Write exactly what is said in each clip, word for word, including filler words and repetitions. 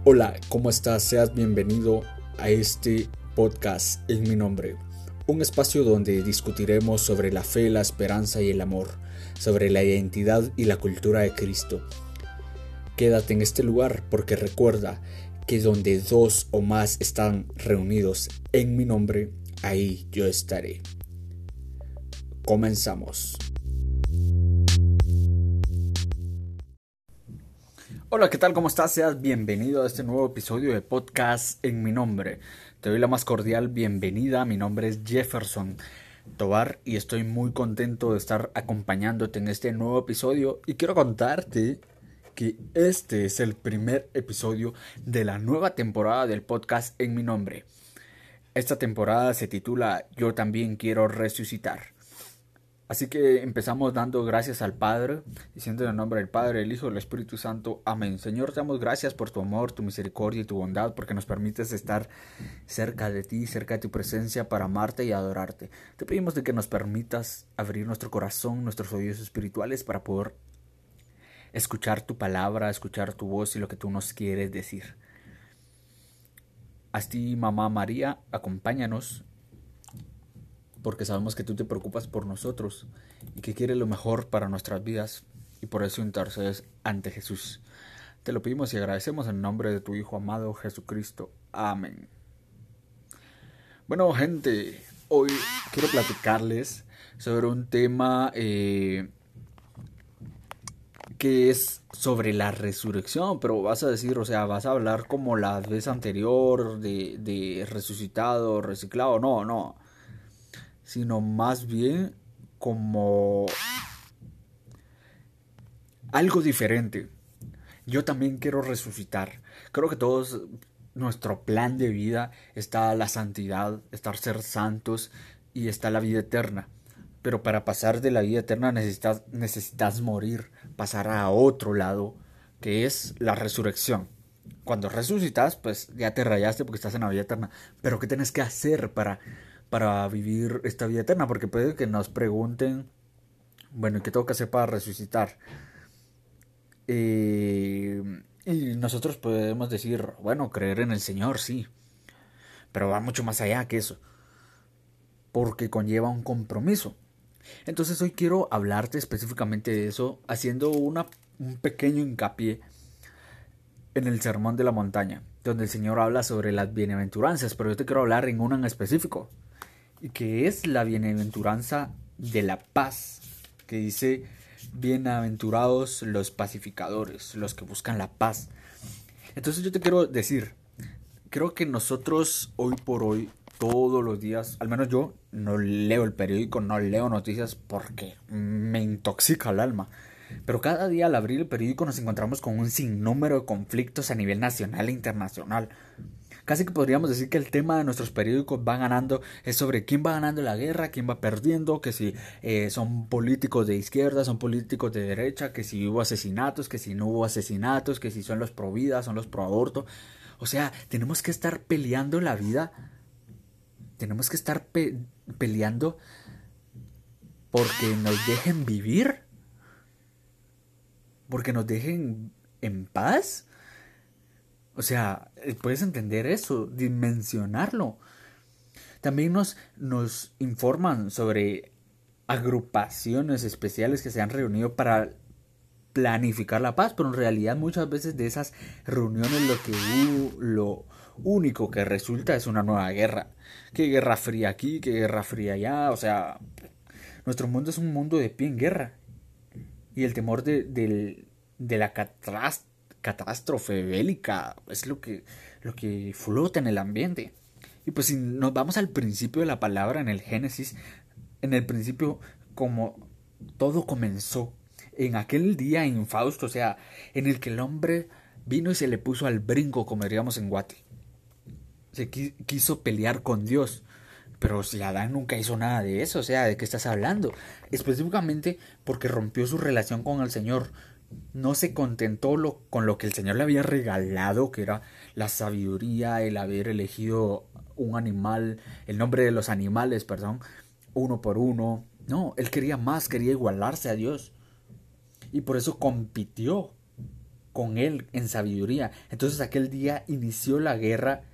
Hola, ¿cómo estás? Seas bienvenido a este podcast en mi nombre. Un espacio donde discutiremos sobre la fe, la esperanza y el amor, sobre la identidad y la cultura de Cristo. Quédate en este lugar porque recuerda que donde dos o más están reunidos en mi nombre, ahí yo estaré. Comenzamos. Hola, ¿qué tal? ¿Cómo estás? Seas bienvenido a este nuevo episodio de podcast en mi nombre. Te doy la más cordial bienvenida. Mi nombre es Jefferson Tobar y estoy muy contento de estar acompañándote en este nuevo episodio. Y quiero contarte que este es el primer episodio de la nueva temporada del podcast en mi nombre. Esta temporada se titula Yo también quiero resucitar. Así que empezamos dando gracias al Padre, diciendo en el nombre del Padre, del Hijo y del Espíritu Santo. Amén. Señor, te damos gracias por tu amor, tu misericordia y tu bondad, porque nos permites estar cerca de ti, cerca de tu presencia, para amarte y adorarte. Te pedimos de que nos permitas abrir nuestro corazón, nuestros oídos espirituales, para poder escuchar tu palabra, escuchar tu voz y lo que tú nos quieres decir. Así, Mamá María, acompáñanos, porque sabemos que tú te preocupas por nosotros y que quieres lo mejor para nuestras vidas, y por eso intercedes ante Jesús. Te lo pedimos y agradecemos en nombre de tu Hijo amado Jesucristo. Amén. Bueno, gente, hoy quiero platicarles sobre un tema eh, que es sobre la resurrección, pero vas a decir, o sea, vas a hablar como la vez anterior de, de resucitado, reciclado. No, no, sino más bien como algo diferente. Yo también quiero resucitar. Creo que todos, nuestro plan de vida está la santidad, está ser santos y está la vida eterna. Pero para pasar de la vida eterna necesitas, necesitas morir, pasar a otro lado, que es la resurrección. Cuando resucitas, pues ya te rayaste porque estás en la vida eterna. Pero ¿qué tienes que hacer para, para vivir esta vida eterna? Porque puede que nos pregunten, bueno, ¿y qué tengo que hacer para resucitar? Eh, y nosotros podemos decir, bueno, creer en el Señor, sí. Pero va mucho más allá que eso, porque conlleva un compromiso. Entonces hoy quiero hablarte específicamente de eso, haciendo una, un pequeño hincapié en el Sermón de la Montaña, donde el Señor habla sobre las bienaventuranzas, pero yo te quiero hablar en una en específico, y que es la bienaventuranza de la paz, que dice, bienaventurados los pacificadores, los que buscan la paz. Entonces yo te quiero decir, creo que nosotros hoy por hoy, todos los días, al menos yo, no leo el periódico, no leo noticias porque me intoxica el alma. Pero cada día al abrir el periódico nos encontramos con un sinnúmero de conflictos a nivel nacional e internacional. Casi que podríamos decir que el tema de nuestros periódicos va ganando es sobre quién va ganando la guerra, quién va perdiendo, que si eh, son políticos de izquierda, son políticos de derecha, que si hubo asesinatos, que si no hubo asesinatos, que si son los pro vida, son los pro aborto. O sea, tenemos que estar peleando la vida, tenemos que estar pe- peleando porque nos dejen vivir, porque nos dejen en paz. O sea, puedes entender eso, dimensionarlo. También nos, nos informan sobre agrupaciones especiales que se han reunido para planificar la paz, pero en realidad muchas veces de esas reuniones lo que uh, lo único que resulta es una nueva guerra. ¿Qué guerra fría aquí? ¿Qué guerra fría allá? O sea, nuestro mundo es un mundo de pie en guerra. Y el temor de, de, de la catástrofe catástrofe bélica es lo que, lo que flota en el ambiente. Y pues si nos vamos al principio de la palabra, en el Génesis, en el principio, como todo comenzó, en aquel día infausto, o sea, en el que el hombre vino y se le puso al brinco, como diríamos en Guate. Se quiso pelear con Dios. Pero si Adán nunca hizo nada de eso, o sea, ¿de qué estás hablando? Específicamente porque rompió su relación con el Señor. No se contentó lo, con lo que el Señor le había regalado, que era la sabiduría, el haber elegido un animal, el nombre de los animales, perdón, uno por uno. No, él quería más, quería igualarse a Dios. Y por eso compitió con él en sabiduría. Entonces aquel día inició la guerra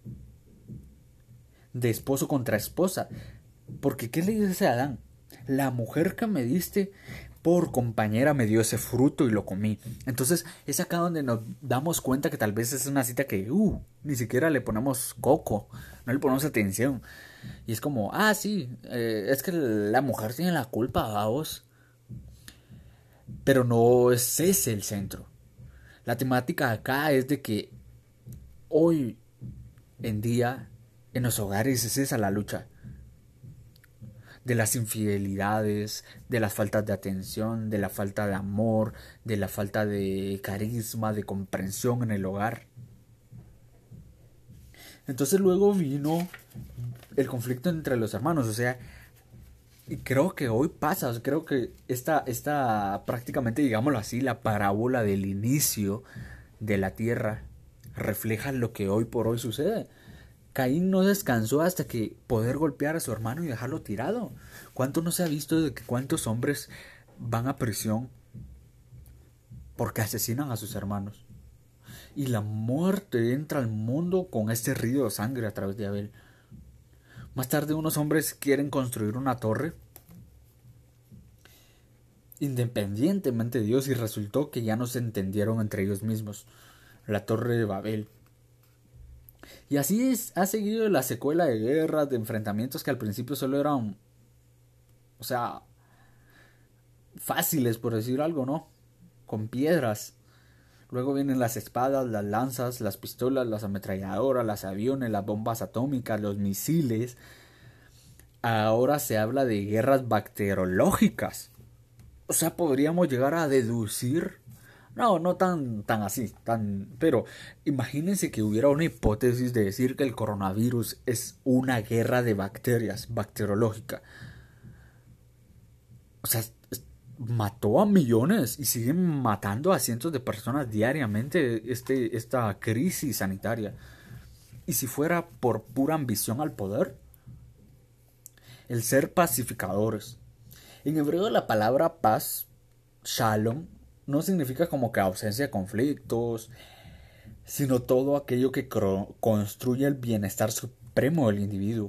de esposo contra esposa. Porque ¿qué le dice a Adán? La mujer que me diste por compañera me dio ese fruto y lo comí. Entonces es acá donde nos damos cuenta que tal vez es una cita que uh, ni siquiera le ponemos coco, no le ponemos atención. Y es como, ah, sí, eh, es que la mujer tiene la culpa, vamos. Pero no es ese el centro. La temática acá es de que hoy en día en los hogares es esa la lucha. De las infidelidades, de las faltas de atención, de la falta de amor, de la falta de carisma, de comprensión en el hogar. Entonces luego vino el conflicto entre los hermanos, o sea, y creo que hoy pasa, o sea, creo que esta, esta prácticamente, digámoslo así, la parábola del inicio de la tierra refleja lo que hoy por hoy sucede. Caín no descansó hasta que poder golpear a su hermano y dejarlo tirado. ¿Cuánto no se ha visto de que cuántos hombres van a prisión porque asesinan a sus hermanos? Y la muerte entra al mundo con este río de sangre a través de Abel. Más tarde unos hombres quieren construir una torre independientemente de Dios y resultó que ya no se entendieron entre ellos mismos. La torre de Babel. Y así es, ha seguido la secuela de guerras, de enfrentamientos que al principio solo eran, o sea, fáciles por decir algo, ¿no? Con piedras. Luego vienen las espadas, las lanzas, las pistolas, las ametralladoras, los aviones, las bombas atómicas, los misiles. Ahora se habla de guerras bacteriológicas. O sea, podríamos llegar a deducir. No, no tan, tan así, tan. Pero imagínense que hubiera una hipótesis de decir que el coronavirus es una guerra de bacterias, bacteriológica. O sea, mató a millones y siguen matando a cientos de personas diariamente este, esta crisis sanitaria. Y si fuera por pura ambición al poder, el ser pacificadores. En hebreo la palabra paz, shalom, no significa como que ausencia de conflictos, sino todo aquello que construye el bienestar supremo del individuo.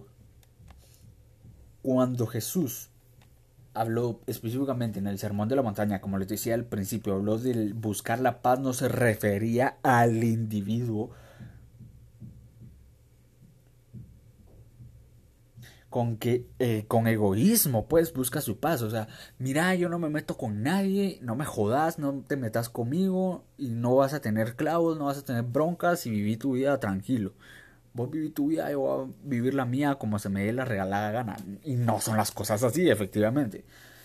Cuando Jesús habló específicamente en el Sermón de la Montaña, como les decía al principio, habló de buscar la paz, no se refería al individuo con que eh, con egoísmo pues busca su paz, o sea, mira, yo no me meto con nadie, no me jodas, no te metas conmigo y no vas a tener clavos, no vas a tener broncas y viví tu vida tranquilo. Vos viví tu vida, yo voy a vivir la mía como se me dé la regalada gana. Y no son las cosas así, efectivamente.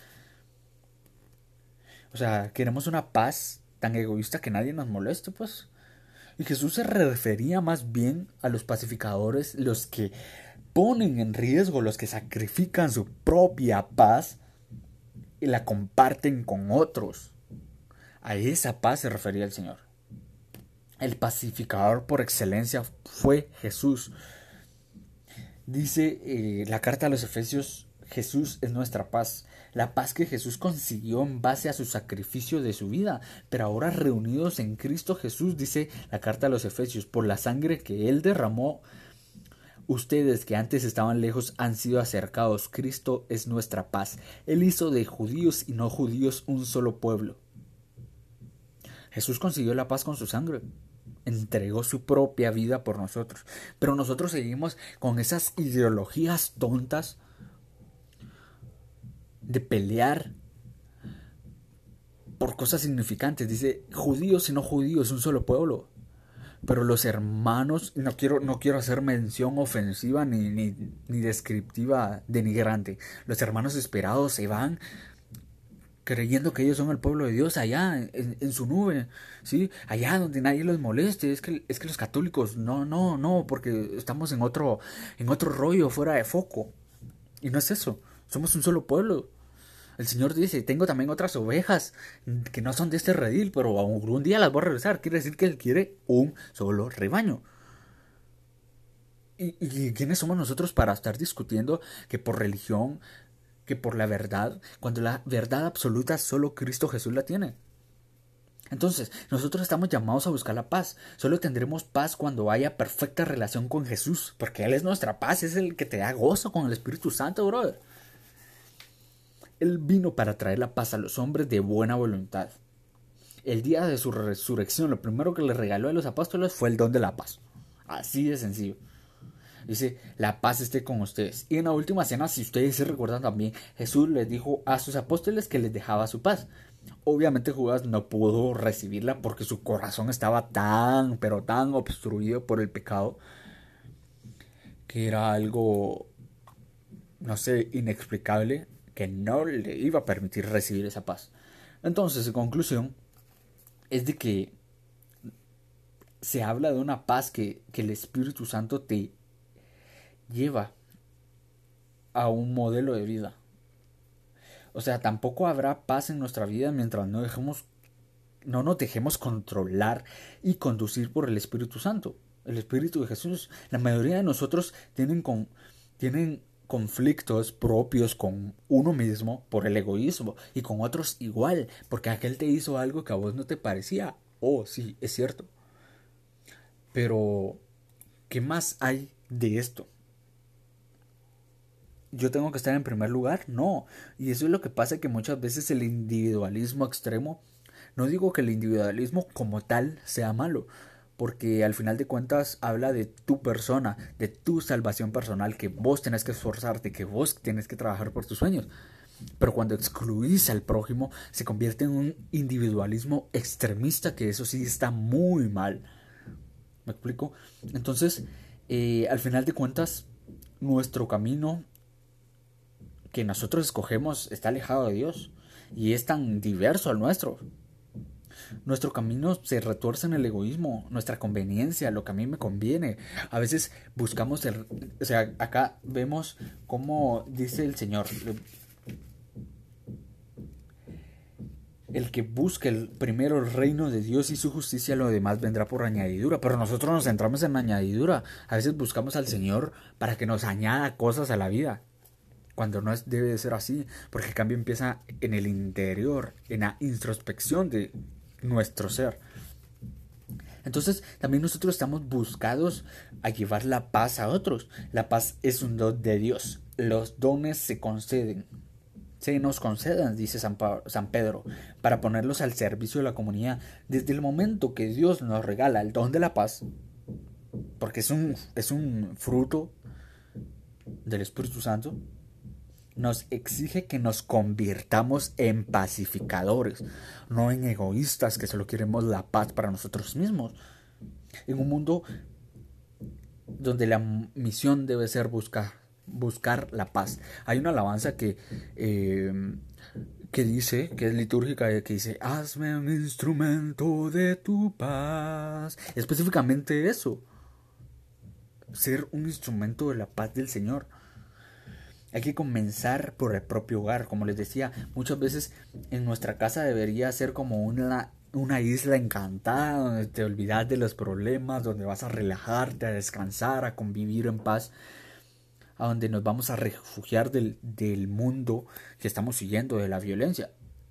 O sea, queremos una paz tan egoísta que nadie nos moleste, pues. Y Jesús se refería más bien a los pacificadores, los que ponen en riesgo, los que sacrifican su propia paz y la comparten con otros. A esa paz se refería el Señor. El pacificador por excelencia fue Jesús. Dice eh, la carta a los Efesios, Jesús es nuestra paz. La paz que Jesús consiguió en base a su sacrificio de su vida. Pero ahora reunidos en Cristo Jesús, dice la carta a los Efesios, por la sangre que Él derramó, ustedes que antes estaban lejos han sido acercados. Cristo es nuestra paz. Él hizo de judíos y no judíos un solo pueblo. Jesús consiguió la paz con su sangre. Entregó su propia vida por nosotros. Pero nosotros seguimos con esas ideologías tontas de pelear por cosas significantes. Dice judíos y no judíos, un solo pueblo. Pero los hermanos, no quiero, no quiero hacer mención ofensiva ni, ni, ni descriptiva denigrante. Los hermanos esperados se van creyendo que ellos son el pueblo de Dios allá en, en su nube, ¿sí? Allá donde nadie los moleste. Es que, es que los católicos, no, no, no, porque estamos en otro, en otro rollo fuera de foco. Y no es eso, somos un solo pueblo. El Señor dice, tengo también otras ovejas que no son de este redil, pero algún día las voy a regresar. Quiere decir que Él quiere un solo rebaño. ¿Y, y quiénes somos nosotros para estar discutiendo que por religión, que por la verdad, cuando la verdad absoluta solo Cristo Jesús la tiene? Entonces, nosotros estamos llamados a buscar la paz. Solo tendremos paz cuando haya perfecta relación con Jesús, porque Él es nuestra paz, es el que te da gozo con el Espíritu Santo, brother. Él vino para traer la paz a los hombres de buena voluntad. El día de su resurrección, lo primero que le regaló a los apóstoles fue el don de la paz. Así de sencillo. Dice, la paz esté con ustedes. Y en la última cena, si ustedes se recuerdan también, Jesús les dijo a sus apóstoles que les dejaba su paz. Obviamente Judas no pudo recibirla porque su corazón estaba tan, pero tan obstruido por el pecado, que era algo, no sé, inexplicable, que no le iba a permitir recibir esa paz. Entonces, en conclusión, es de que se habla de una paz que, que el Espíritu Santo te lleva a un modelo de vida. O sea, tampoco habrá paz en nuestra vida mientras no dejemos, no nos dejemos controlar y conducir por el Espíritu Santo, el Espíritu de Jesús. La mayoría de nosotros tienen, con, tienen conflictos propios con uno mismo por el egoísmo y con otros igual, porque aquel te hizo algo que a vos no te parecía. Oh, sí, es cierto. Pero, ¿qué más hay de esto? ¿Yo tengo que estar en primer lugar? No. Y eso es lo que pasa, que muchas veces el individualismo extremo, no digo que el individualismo como tal sea malo, porque al final de cuentas habla de tu persona, de tu salvación personal, que vos tenés que esforzarte, que vos tenés que trabajar por tus sueños. Pero cuando excluís al prójimo, se convierte en un individualismo extremista, que eso sí está muy mal. ¿Me explico? Entonces, eh, al final de cuentas, nuestro camino que nosotros escogemos está alejado de Dios y es tan diverso al nuestro. Nuestro camino se retuerce en el egoísmo, nuestra conveniencia, lo que a mí me conviene. A veces buscamos el... O sea, acá vemos cómo dice el Señor: el que busque el, primero el reino de Dios y su justicia, lo demás vendrá por añadidura. Pero nosotros nos centramos en añadidura. A veces buscamos al Señor para que nos añada cosas a la vida, cuando no es, debe de ser así, porque el cambio empieza en el interior, en la introspección de nuestro ser. Entonces también nosotros estamos buscados a llevar la paz a otros. La paz es un don de Dios. Los dones se conceden, se nos conceden, dice San, pa- San Pedro, para ponerlos al servicio de la comunidad. Desde el momento que Dios nos regala el don de la paz, porque es un, es un fruto del Espíritu Santo, nos exige que nos convirtamos en pacificadores, no en egoístas que solo queremos la paz para nosotros mismos. En un mundo donde la misión debe ser buscar, buscar la paz. Hay una alabanza que, eh, que dice, que es litúrgica, que dice: hazme un instrumento de tu paz. Específicamente eso, ser un instrumento de la paz del Señor. Hay que comenzar por el propio hogar. Como les decía, muchas veces en nuestra casa debería ser como una, una isla encantada, donde te olvidas de los problemas, donde vas a relajarte, a descansar, a convivir en paz, a donde nos vamos a refugiar del, del mundo que estamos siguiendo, de la violencia,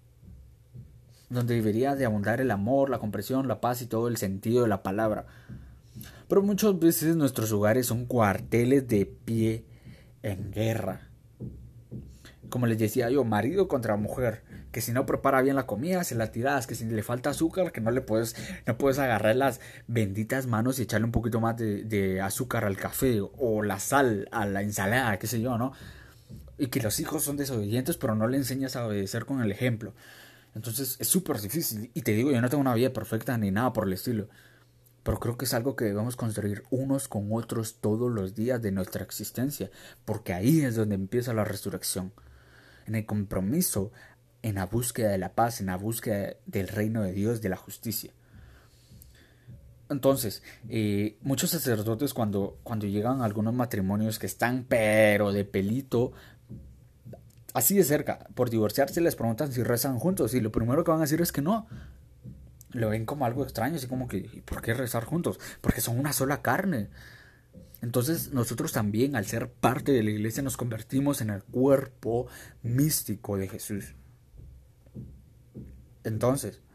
donde debería de abundar el amor, la comprensión, la paz y todo el sentido de la palabra. Pero muchas veces nuestros hogares son cuarteles de pie en guerra. Como les decía yo, marido contra mujer, que si no prepara bien la comida se la tiras, que si le falta azúcar, que no le puedes, no puedes agarrar las benditas manos y echarle un poquito más de, de azúcar al café o la sal a la ensalada, qué sé yo, ¿no? Y que los hijos son desobedientes, pero no le enseñas a obedecer con el ejemplo. Entonces es súper difícil. Y te digo, yo no tengo una vida perfecta ni nada por el estilo, pero creo que es algo que debemos construir unos con otros todos los días de nuestra existencia, porque ahí es donde empieza la resurrección. En el compromiso, en la búsqueda de la paz, en la búsqueda del reino de Dios, de la justicia. Entonces, eh, muchos sacerdotes cuando, cuando llegan a algunos matrimonios que están pero de pelito, así de cerca, por divorciarse, les preguntan si rezan juntos y lo primero que van a decir es que no. Lo ven como algo extraño, así como que, ¿por qué rezar juntos? Porque son una sola carne. Entonces nosotros también, al ser parte de la iglesia, nos convertimos en el cuerpo místico de Jesús. Entonces,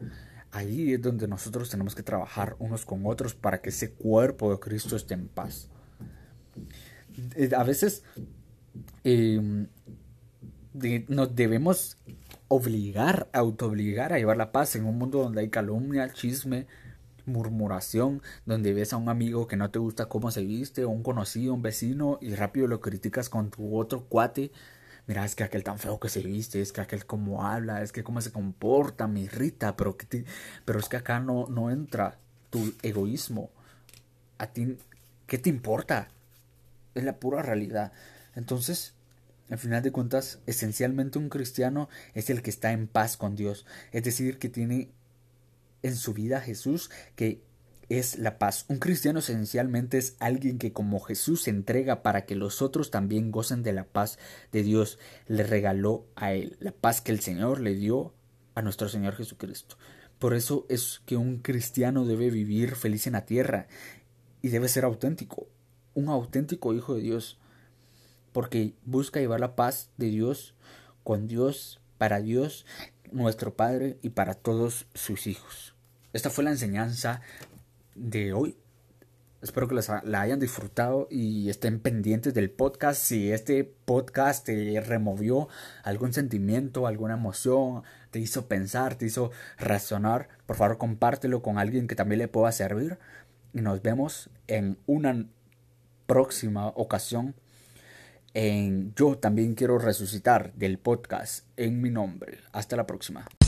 Ahí es donde nosotros tenemos que trabajar unos con otros para que ese cuerpo de Cristo esté en paz. Eh, A veces eh, de- nos debemos obligar, autoobligar a llevar la paz en un mundo donde hay calumnia, chisme, murmuración, donde ves a un amigo que no te gusta cómo se viste, o un conocido, un vecino, y rápido lo criticas con tu otro cuate. Mira, es que aquel tan feo que se viste, es que aquel cómo habla, es que cómo se comporta, me irrita, pero, que te- pero es que acá no, no entra tu egoísmo. A ti, ¿qué te importa? Es la pura realidad. Entonces, al final de cuentas, esencialmente un cristiano es el que está en paz con Dios. Es decir, que tiene en su vida a Jesús, que es la paz. Un cristiano esencialmente es alguien que como Jesús se entrega para que los otros también gocen de la paz de Dios. Le regaló a él la paz que el Señor le dio a nuestro Señor Jesucristo. Por eso es que un cristiano debe vivir feliz en la tierra y debe ser auténtico, un auténtico hijo de Dios, porque busca llevar la paz de Dios con Dios, para Dios, nuestro Padre y para todos sus hijos. Esta fue la enseñanza de hoy. Espero que les ha- la hayan disfrutado y estén pendientes del podcast. Si este podcast te removió algún sentimiento, alguna emoción, te hizo pensar, te hizo razonar, por favor compártelo con alguien que también le pueda servir. Y nos vemos en una próxima ocasión en Yo también quiero resucitar del podcast en mi nombre. Hasta la próxima.